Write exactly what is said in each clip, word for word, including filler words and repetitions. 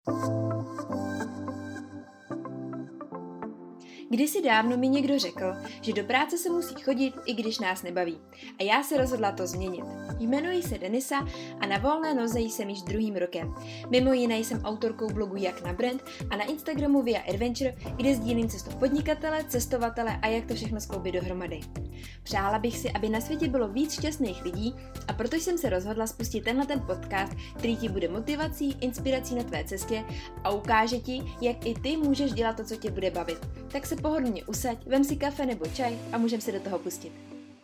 Kdysi dávno mi někdo řekl, že do práce se musí chodit, i když nás nebaví. A já se rozhodla to změnit. Jmenuji se Denisa a na volné noze jsem již druhým rokem. Mimo jiné jsem autorkou blogu Jak na brand a na Instagramu Via Adventure, kde sdílím cestu podnikatele, cestovatele a jak to všechno skloubit dohromady. Přála bych si, aby na světě bylo víc šťastných lidí, a proto jsem se rozhodla spustit tenhle ten podcast, který ti bude motivací, inspirací na tvé cestě a ukáže ti, jak i ty můžeš dělat to, co tě bude bavit. Tak se pohodlně usaď, vem si kafe nebo čaj a můžeme se do toho pustit.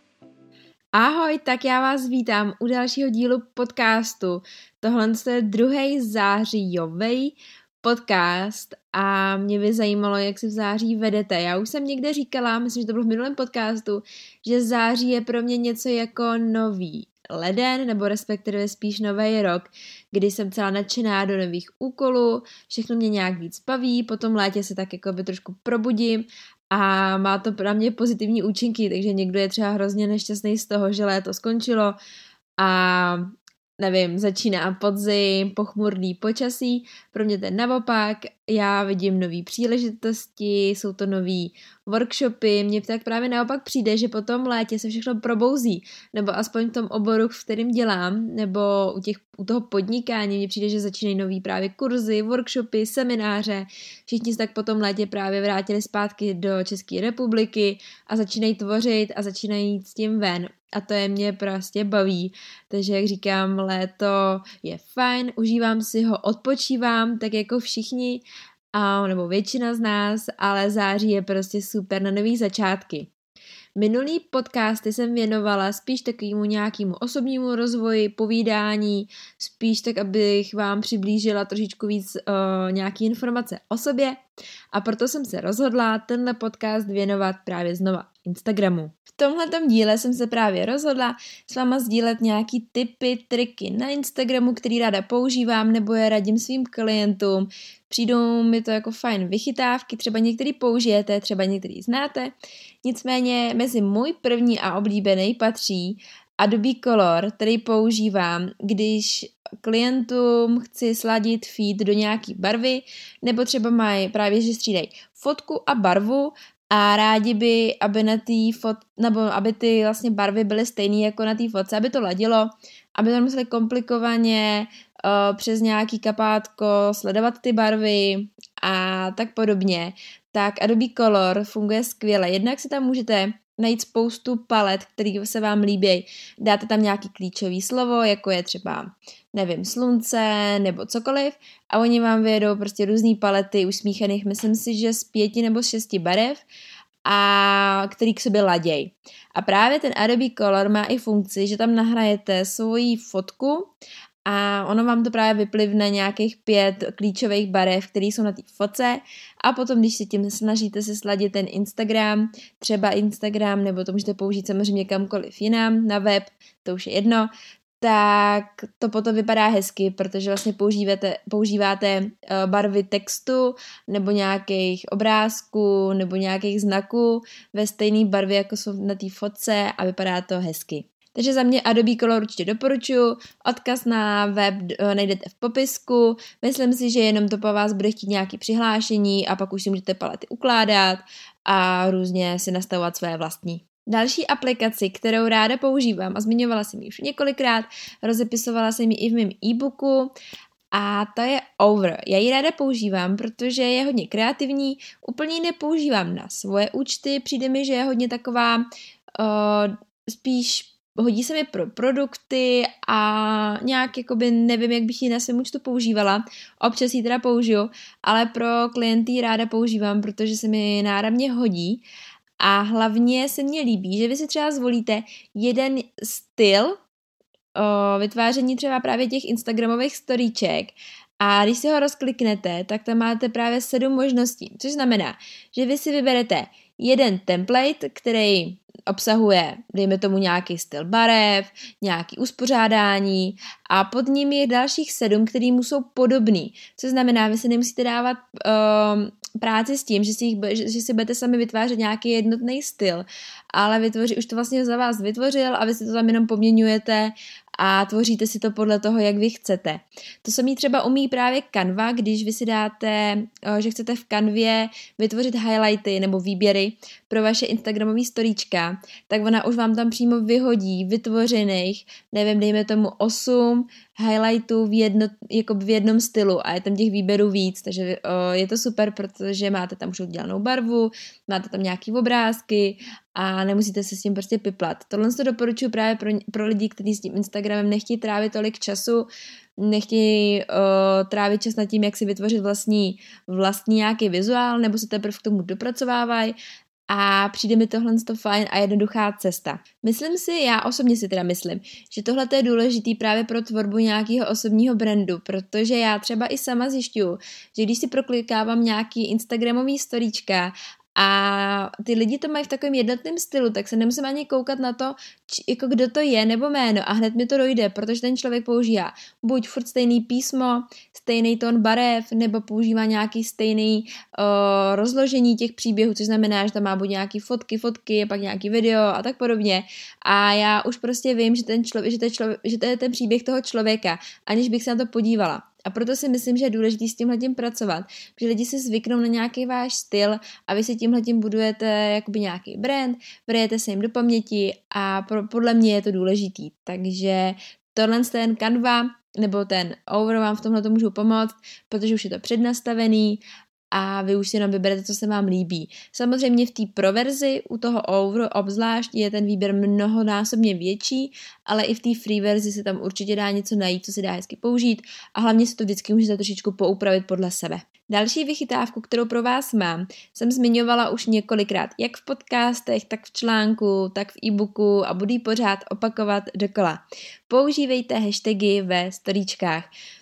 Ahoj, tak já vás vítám u dalšího dílu podcastu. Tohle je druhý zářijový podcast a mě by zajímalo, jak si v září vedete. Já už jsem někde říkala, myslím, že to bylo v minulém podcastu, že září je pro mě něco jako nový leden, nebo respektive spíš nový rok, kdy jsem celá nadšená do nových úkolů, všechno mě nějak víc baví, potom v létě se tak jako by trošku probudím a má to na mě pozitivní účinky, takže někdo je třeba hrozně nešťastný z toho, že léto skončilo a nevím, začíná podzim, pochmurný počasí, pro mě to je naopak, já vidím nový příležitosti, jsou to nový workshopy, mně tak právě naopak přijde, že po tom létě se všechno probouzí, nebo aspoň v tom oboru, v kterém dělám, nebo u, těch, u toho podnikání, mně přijde, že začínají nový právě kurzy, workshopy, semináře, všichni se tak po tom létě právě vrátili zpátky do České republiky a začínají tvořit a začínají jít s tím ven. A to je mě prostě baví, takže jak říkám, léto je fajn, užívám si ho, odpočívám, tak jako všichni, a, nebo většina z nás, ale září je prostě super na nový začátky. Minulý podcasty jsem věnovala spíš takovému nějakému osobnímu rozvoji, povídání, spíš tak, abych vám přiblížila trošičku víc uh, nějaké informace o sobě a proto jsem se rozhodla tenhle podcast věnovat právě znova Instagramu. V tomhletom díle jsem se právě rozhodla s váma sdílet nějaký tipy, triky na Instagramu, který ráda používám nebo je radím svým klientům. Přijdou mi to jako fajn vychytávky, třeba některý použijete, třeba některý znáte. Nicméně mezi můj první a oblíbený patří Adobe Color, který používám, když klientům chci sladit feed do nějaký barvy, nebo třeba mají právě, že střídají fotku a barvu a rádi by, aby na té fot, nebo aby ty vlastně barvy byly stejné jako na té fotce, aby to ladilo, aby to museli komplikovaně uh, přes nějaký kapátko sledovat ty barvy a tak podobně, tak Adobe Color funguje skvěle. Jednak si tam můžete najít spoustu palet, který se vám líbí. Dáte tam nějaký klíčový slovo, jako je třeba, nevím, slunce nebo cokoliv a oni vám vyjedou prostě různý palety usmíchaných, myslím si, že z pěti nebo z šesti barev a který k sobě laděj. A právě ten Adobe Color má i funkci, že tam nahrajete svoji fotku a ono vám to právě vyplivne nějakých pět klíčových barev, které jsou na té fotce a potom, když se tím snažíte se sladit ten Instagram, třeba Instagram, nebo to můžete použít samozřejmě kamkoliv jinam, na web, to už je jedno, tak to potom vypadá hezky, protože vlastně používáte, používáte barvy textu nebo nějakých obrázků nebo nějakých znaků ve stejné barvě, jako jsou na té fotce a vypadá to hezky. Takže za mě Adobe Color určitě doporučuji, odkaz na web najdete v popisku, myslím si, že jenom to po vás bude chtít nějaké přihlášení a pak už si můžete palety ukládat a různě si nastavovat své vlastní. Další aplikaci, kterou ráda používám a zmiňovala jsem ji už několikrát, rozepisovala jsem ji i v mém e-booku a to je Over. Já ji ráda používám, protože je hodně kreativní, úplně ji nepoužívám na svoje účty, přijde mi, že je hodně taková uh, spíš hodí se mi pro produkty a nějak jakoby nevím, jak bych ji na svém účtu používala. Občas ji teda použiju, ale pro klienty ji ráda používám, protože se mi náramně hodí a hlavně se mně líbí, že vy si třeba zvolíte jeden styl o vytváření třeba právě těch instagramových storíček a když si ho rozkliknete, tak tam máte právě sedm možností, což znamená, že vy si vyberete jeden template, který obsahuje, dejme tomu, nějaký styl barev, nějaký uspořádání a pod ním je dalších sedm, který mu jsou podobný. Co znamená, vy si nemusíte dávat um, práci s tím, že si, jich, že, že si budete sami vytvářet nějaký jednotný styl, ale vytvoří, už to vlastně za vás vytvořil a vy si to tam jenom poměňujete a tvoříte si to podle toho, jak vy chcete. To samý třeba umí právě Canva, když vy si dáte, že chcete v Canvě vytvořit highlighty nebo výběry pro vaše instagramové storíčka, tak ona už vám tam přímo vyhodí vytvořených, nevím, dejme tomu osm highlightů v, jedno, jako v jednom stylu a je tam těch výběrů víc, takže o, je to super, protože máte tam už udělanou barvu, máte tam nějaký obrázky a nemusíte se s tím prostě piplat. Tohle to doporučuji právě pro, pro lidi, kteří s tím Instagramem nechtějí trávit tolik času, nechtějí uh, trávit čas nad tím, jak si vytvořit vlastní, vlastní nějaký vizuál, nebo se teprve k tomu dopracovávají a přijde mi tohle to fajn a jednoduchá cesta. Myslím si, já osobně si teda myslím, že tohle je důležitý právě pro tvorbu nějakého osobního brandu, protože já třeba i sama zjišťuju, že když si proklikávám nějaký instagramový storíčka a ty lidi to mají v takovém jednotném stylu, tak se nemusím ani koukat na to, či, jako kdo to je nebo jméno a hned mi to dojde, protože ten člověk používá buď furt stejný písmo, stejný tón barev, nebo používá nějaký stejný uh, rozložení těch příběhů, což znamená, že tam má buď nějaký fotky, fotky, pak nějaký video a tak podobně. A já už prostě vím, že, ten člověk, že, to je člověk, že to je ten příběh toho člověka, aniž bych se na to podívala. A proto si myslím, že je důležité s tímhletím pracovat, protože lidi si zvyknou na nějaký váš styl a vy si tímhletím budujete jakoby nějaký brand, vrejete se jim do paměti a pro, podle mě je to důležitý. Takže tohle ten Canva nebo ten Over vám v tomhle to můžu pomoct, protože už je to přednastavený a vy už si jenom vyberete, co se vám líbí. Samozřejmě v té proverzi u toho Over obzvlášť je ten výběr mnohonásobně větší, ale i v té free verzi se tam určitě dá něco najít, co se dá hezky použít a hlavně si to vždycky můžete trošičku poupravit podle sebe. Další vychytávku, kterou pro vás mám, jsem zmiňovala už několikrát, jak v podcastech, tak v článku, tak v e-booku a budu ji pořád opakovat dokola. Používejte hashtagy ve storíčkách.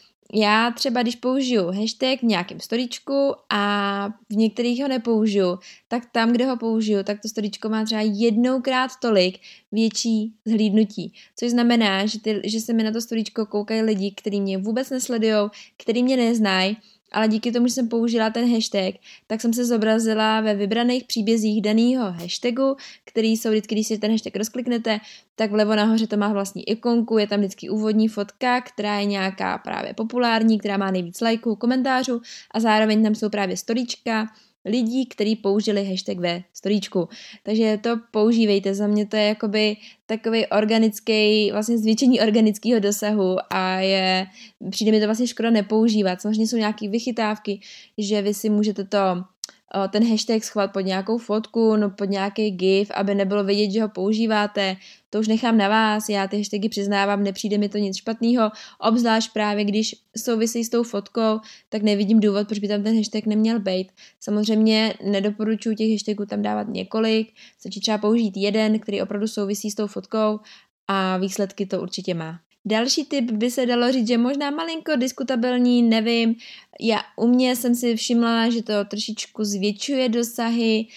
Já třeba, když použiju hashtag v nějakém storíčku a v některých ho nepoužiju, tak tam, kde ho použiju, tak to storíčko má třeba jednoukrát tolik větší zhlídnutí. Což znamená, že, ty, že se mi na to storíčko koukají lidi, kteří mě vůbec nesledujou, kteří mě neznají, ale díky tomu, že jsem použila ten hashtag, tak jsem se zobrazila ve vybraných příbězích daného hashtagu, který jsou vždycky, když si ten hashtag rozkliknete, tak vlevo nahoře to má vlastní ikonku, je tam vždycky úvodní fotka, která je nějaká právě populární, která má nejvíc lajků, komentářů a zároveň tam jsou právě storíčka lidí, kteří použili hashtag ve storíčku. Takže to používejte, za mě to je jakoby takový organický, vlastně zvětšení organického dosahu a je, přijde mi to vlastně škoda nepoužívat. Samozřejmě jsou nějaké vychytávky, že vy si můžete to ten hashtag schovat pod nějakou fotku, no pod nějaký gif, aby nebylo vidět, že ho používáte. To už nechám na vás, já ty hashtagy přiznávám, nepřijde mi to nic špatného, obzvlášť právě, když souvisí s tou fotkou, tak nevidím důvod, proč by tam ten hashtag neměl být. Samozřejmě nedoporučuji těch hashtagů tam dávat několik, stačí třeba použít jeden, který opravdu souvisí s tou fotkou a výsledky to určitě má. Další tip by se dalo říct, že možná malinko diskutabilní, nevím. Já u mě jsem si všimla, že to trošičku zvětšuje dosahy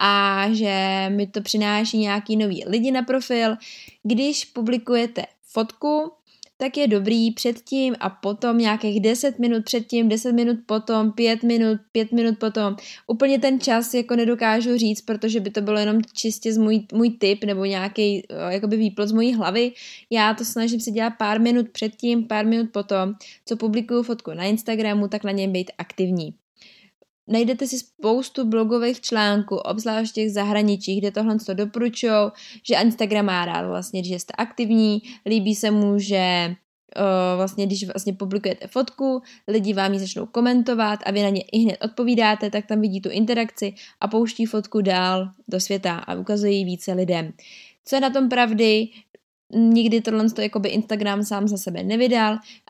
a že mi to přináší nějaký nový lidi na profil. Když publikujete fotku, tak je dobrý předtím a potom nějakých deset minut předtím, deset minut potom, pět minut, pět minut potom. Úplně ten čas jako nedokážu říct, protože by to bylo jenom čistě z můj, můj tip nebo nějaký jakoby výplod z mojí hlavy. Já to snažím si dělat pár minut předtím, pár minut potom, co publikuju fotku na Instagramu, tak na něm být aktivní. Najdete si spoustu blogových článků, obzvlášť těch zahraničích, kde tohle to doporučujou, že Instagram má rád vlastně, že jste aktivní, líbí se mu, že uh, vlastně, když vlastně publikujete fotku, lidi vám ji začnou komentovat a vy na ně i hned odpovídáte, tak tam vidí tu interakci a pouští fotku dál do světa a ukazuje ji více lidem. Co je na tom pravdy? Nikdy tohle to jakoby Instagram sám za sebe nevydal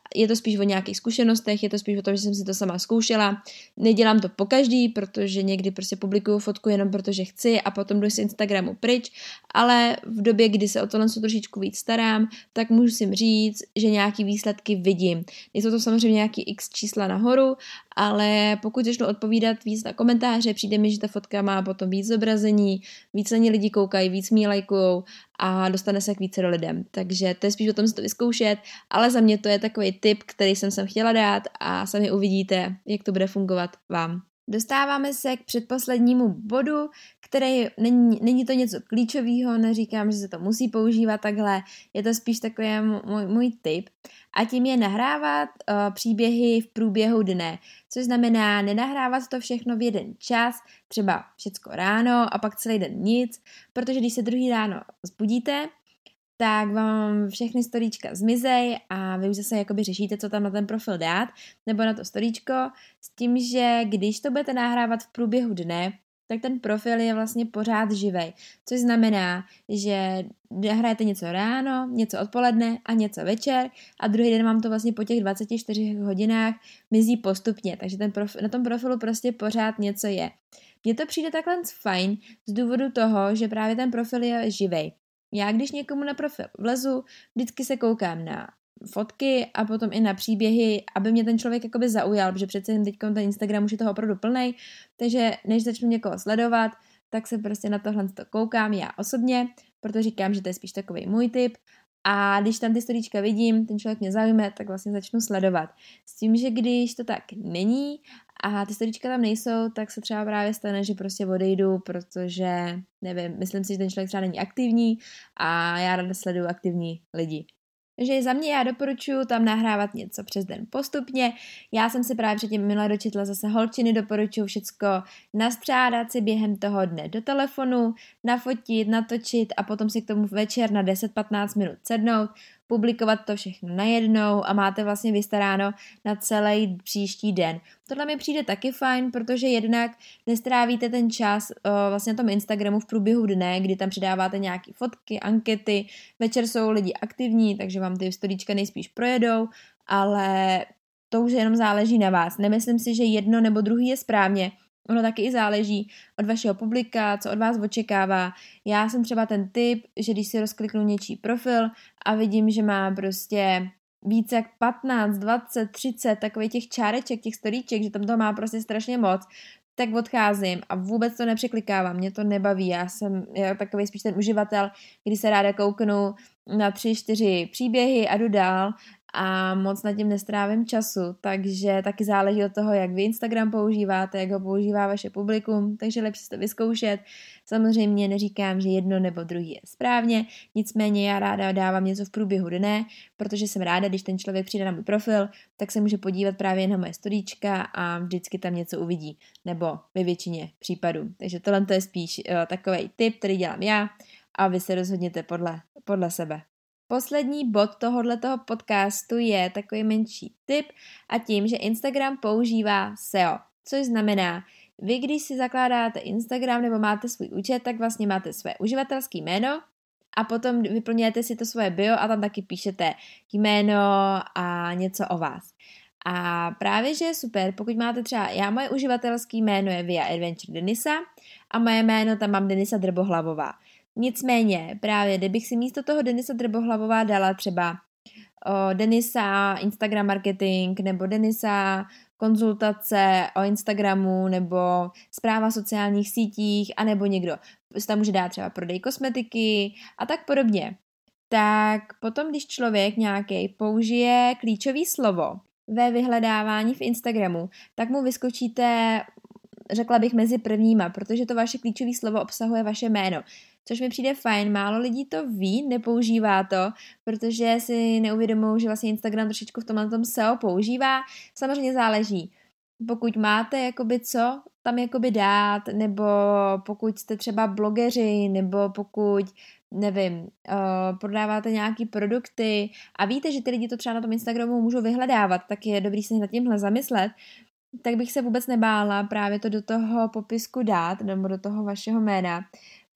Je to spíš o nějakých zkušenostech, je to spíš o tom, že jsem si to sama zkoušela. Nedělám to pokaždý, protože někdy prostě publikuju fotku jenom protože chci a potom jdu z Instagramu pryč, ale v době, kdy se o tohle trošičku víc starám, tak musím říct, že nějaký výsledky vidím. Nejsou to samozřejmě nějaký x čísla nahoru, ale pokud začnu odpovídat víc na komentáře, přijde mi, že ta fotka má potom víc zobrazení, víc na ní lidi koukají, víc mě lajkujou a dostane se k více do lidem. Takže to je spíš o tom si to vyzkoušet, ale za mě to je takový tip, který jsem sem chtěla dát a sami uvidíte, jak to bude fungovat vám. Dostáváme se k předposlednímu bodu, který není, není to něco klíčového, neříkám, že se to musí používat takhle, je to spíš takový můj, můj tip. A tím je nahrávat uh, příběhy v průběhu dne, což znamená nenahrávat to všechno v jeden čas, třeba všecko ráno a pak celý den nic, protože když se druhý ráno zbudíte, tak vám všechny storíčka zmizej a vy už zase jakoby řešíte, co tam na ten profil dát, nebo na to storíčko, s tím, že když to budete nahrávat v průběhu dne, tak ten profil je vlastně pořád živej, což znamená, že nahrajete něco ráno, něco odpoledne a něco večer a druhý den vám to vlastně po těch dvaceti čtyřech hodinách mizí postupně, takže ten profil, na tom profilu prostě pořád něco je. Mně to přijde takhle fajn z důvodu toho, že právě ten profil je živej. Já když někomu na profil vlezu, vždycky se koukám na fotky a potom i na příběhy, aby mě ten člověk jakoby zaujal, protože přece jen teď ten Instagram už je toho opravdu plnej, takže než začnu někoho sledovat, tak se prostě na tohle to koukám já osobně, protože říkám, že to je spíš takový můj tip a když tam ty storíčka vidím, ten člověk mě zaujme, tak vlastně začnu sledovat. S tím, že když to tak není a ty storíčka tam nejsou, tak se třeba právě stane, že prostě odejdu, protože nevím, myslím si, že ten člověk třeba není aktivní a já ráda sleduju aktivní lidi. Takže za mě já doporučuji tam nahrávat něco přes den postupně. Já jsem si právě předtím minule dočetla zase holčiny, doporučuji všecko nastřádat si během toho dne do telefonu, nafotit, natočit a potom si k tomu večer na deset patnáct minut sednout, publikovat to všechno najednou a máte vlastně vystaráno na celý příští den. Tohle mi přijde taky fajn, protože jednak nestrávíte ten čas o, vlastně na tom Instagramu v průběhu dne, kdy tam přidáváte nějaké fotky, ankety, večer jsou lidi aktivní, takže vám ty storíčka nejspíš projedou, ale to už jenom záleží na vás. Nemyslím si, že jedno nebo druhý je správně. Ono taky i záleží od vašeho publika, co od vás očekává. Já jsem třeba ten typ, že když si rozkliknu něčí profil a vidím, že má prostě více jak patnáct, dvacet, třicet takových těch čáreček, těch storíček, že tam toho má prostě strašně moc, tak odcházím a vůbec to nepřeklikávám, mě to nebaví, já jsem já takový spíš ten uživatel, kdy se ráda kouknu na tři, čtyři příběhy a jdu dál a moc nad tím nestrávím času, takže taky záleží od toho, jak vy Instagram používáte, jak ho používá vaše publikum, takže lepší si to vyzkoušet. Samozřejmě neříkám, že jedno nebo druhý je správně, nicméně já ráda dávám něco v průběhu dne, protože jsem ráda, když ten člověk přijde na můj profil, tak se může podívat právě na moje storíčka a vždycky tam něco uvidí, nebo ve většině případů. Takže tohle je spíš uh, takovej tip, který dělám já a vy se rozhodněte podle, podle sebe. Poslední bod tohoto podcastu je takový menší tip a tím, že Instagram používá S E O, což znamená, vy když si zakládáte Instagram nebo máte svůj účet, tak vlastně máte své uživatelské jméno a potom vyplňujete si to svoje bio a tam taky píšete jméno a něco o vás. A právě, že je super, pokud máte třeba, já moje uživatelské jméno je Via Adventure Denisa a moje jméno tam mám Denisa Drbohlavová. Nicméně, právě kdybych si místo toho Denisa Drbohlavová dala třeba o Denisa Instagram marketing nebo Denisa konzultace o Instagramu nebo správa sociálních sítích a nebo někdo se tam může dát třeba prodej kosmetiky a tak podobně. Tak potom, když člověk nějaký použije klíčové slovo ve vyhledávání v Instagramu, tak mu vyskočíte, řekla bych, mezi prvníma, protože to vaše klíčové slovo obsahuje vaše jméno. Což mi přijde fajn, málo lidí to ví, nepoužívá to, protože si neuvědomují, že vlastně Instagram trošičku v tomhle tom S E O používá. Samozřejmě záleží. Pokud máte jakoby co tam jakoby dát, nebo pokud jste třeba blogeři, nebo pokud, nevím, uh, prodáváte nějaký produkty a víte, že ty lidi to třeba na tom Instagramu můžou vyhledávat, tak je dobrý se nad tímhle zamyslet, tak bych se vůbec nebála právě to do toho popisku dát, nebo do toho vašeho jména,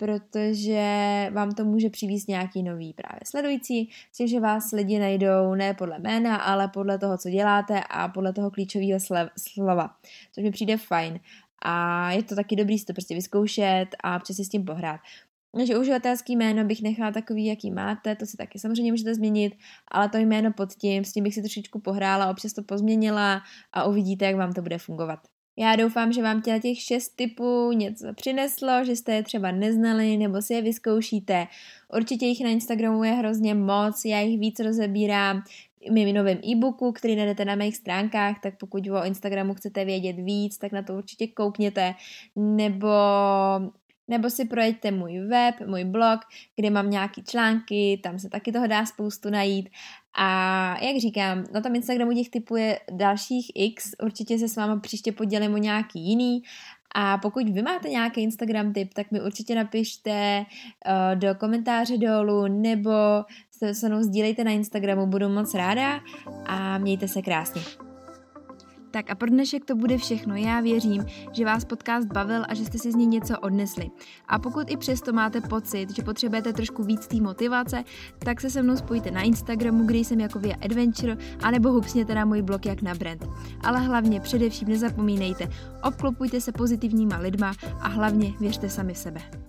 protože vám to může přivést nějaký nový právě sledující, s tím, že vás lidi najdou ne podle jména, ale podle toho, co děláte a podle toho klíčového slova, což mi přijde fajn. A je to taky dobrý si to prostě vyzkoušet a občas si s tím pohrát. Takže uživatelský jméno bych nechala takový, jaký máte, to si taky samozřejmě můžete změnit, ale to jméno pod tím, s tím bych si trošičku pohrála, občas to pozměnila a uvidíte, jak vám to bude fungovat. Já doufám, že vám těch šest tipů něco přineslo, že jste je třeba neznali nebo si je vyzkoušíte. Určitě jich na Instagramu je hrozně moc, já jich víc rozebírám v mým novém e-booku, který najdete na mých stránkách, tak pokud o Instagramu chcete vědět víc, tak na to určitě koukněte, nebo... Nebo si projeďte můj web, můj blog, kde mám nějaký články, tam se taky toho dá spoustu najít. A jak říkám, na tom Instagramu těch typů je dalších x, určitě se s váma příště podělím o nějaký jiný. A pokud vy máte nějaký Instagram tip, tak mi určitě napište uh, do komentáře dolů, nebo se se mnou sdílejte na Instagramu, budu moc ráda a mějte se krásně. Tak a pro dnešek to bude všechno. Já věřím, že vás podcast bavil a že jste si z něj něco odnesli. A pokud i přesto máte pocit, že potřebujete trošku víc té motivace, tak se se mnou spojte na Instagramu, kde jsem jako Via Adventure, anebo hupsněte na můj blog Jak na brand. Ale hlavně především nezapomínejte, obklopujte se pozitivníma lidma a hlavně věřte sami v sebe.